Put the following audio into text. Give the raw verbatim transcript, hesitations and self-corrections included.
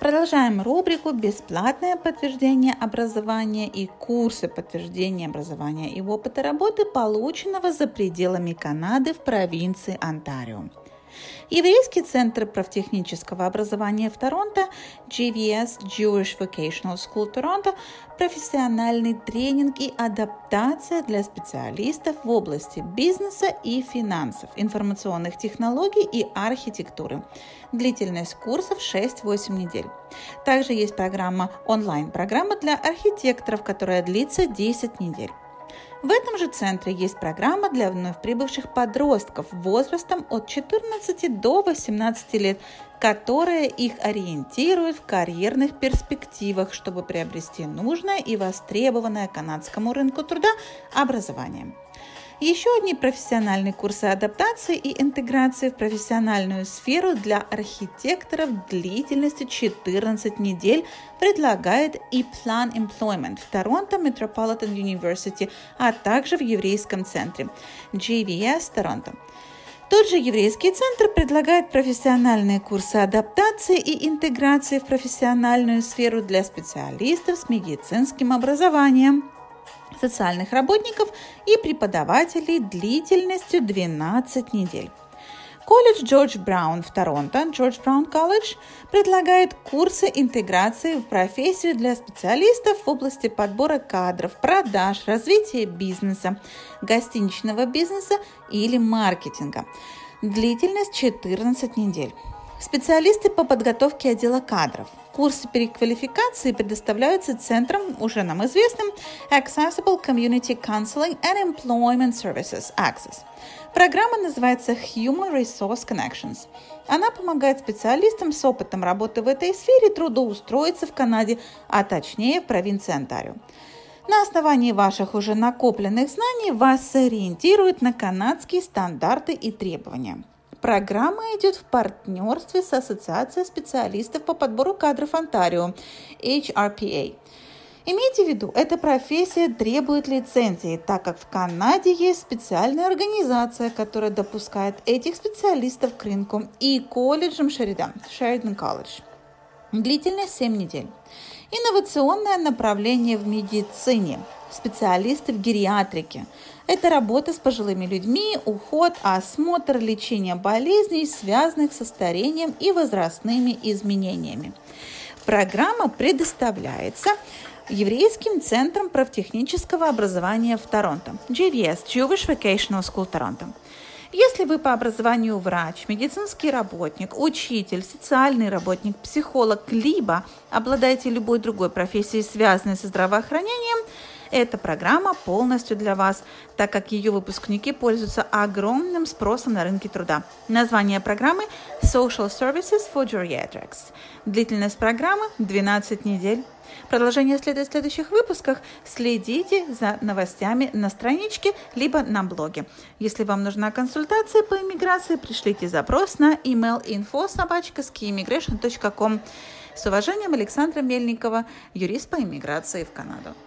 Продолжаем рубрику «Бесплатное подтверждение образования и курсы подтверждения образования и опыта работы, полученного за пределами Канады в провинции Онтарио». Еврейский центр профтехнического образования в Торонто, джей ви эс Jewish Vocational School Торонто, профессиональный тренинг и адаптация для специалистов в области бизнеса и финансов, информационных технологий и архитектуры. Длительность курсов шесть-восемь недель. Также есть программа, онлайн-программа для архитекторов, которая длится десять недель. В этом же центре есть программа для вновь прибывших подростков возрастом от четырнадцати до восемнадцати лет, которая их ориентирует в карьерных перспективах, чтобы приобрести нужное и востребованное канадскому рынку труда образование. Еще одни профессиональные курсы адаптации и интеграции в профессиональную сферу для архитекторов длительностью четырнадцать недель предлагает ePlan Employment в Торонто Metropolitan University, а также в еврейском центре джей ви эс Торонто. Тот же еврейский центр предлагает профессиональные курсы адаптации и интеграции в профессиональную сферу для специалистов с медицинским образованием, социальных работников и преподавателей длительностью двенадцать недель. Колледж Джордж Браун в Торонто, Джордж Браун Колледж, предлагает курсы интеграции в профессию для специалистов в области подбора кадров, продаж, развития бизнеса, гостиничного бизнеса или маркетинга. Длительность четырнадцать недель. Специалисты по подготовке отдела кадров. Курсы переквалификации предоставляются центром, уже нам известным, Accessible Community Counseling and Employment Services, Access. Программа называется Human Resource Connections. Она помогает специалистам с опытом работы в этой сфере трудоустроиться в Канаде, а точнее в провинции Онтарио. На основании ваших уже накопленных знаний вас ориентируют на канадские стандарты и требования. Программа идет в партнерстве с Ассоциацией специалистов по подбору кадров Онтарио, эйч ар пи эй. Имейте в виду, эта профессия требует лицензии, так как в Канаде есть специальная организация, которая допускает этих специалистов к рынку, и колледжем Шеридан, Шеридан колледж. Длительность семь недель. Инновационное направление в медицине. Специалисты в гериатрике. Это работа с пожилыми людьми, уход, осмотр, лечение болезней, связанных со старением и возрастными изменениями. Программа предоставляется Еврейским центром профтехнического образования в Торонто, джей ви эс Jewish Vocational School Торонто. Если вы по образованию врач, медицинский работник, учитель, социальный работник, психолог, либо обладаете любой другой профессией, связанной со здравоохранением, эта программа полностью для вас, так как ее выпускники пользуются огромным спросом на рынке труда. Название программы Social Services for Geriatrics. Длительность программы двенадцать недель. Продолжение следует в следующих выпусках. Следите за новостями на страничке либо на блоге. Если вам нужна консультация по иммиграции, пришлите запрос на email info собака ski immigration точка com. С уважением, Александра Мельникова, юрист по иммиграции в Канаду.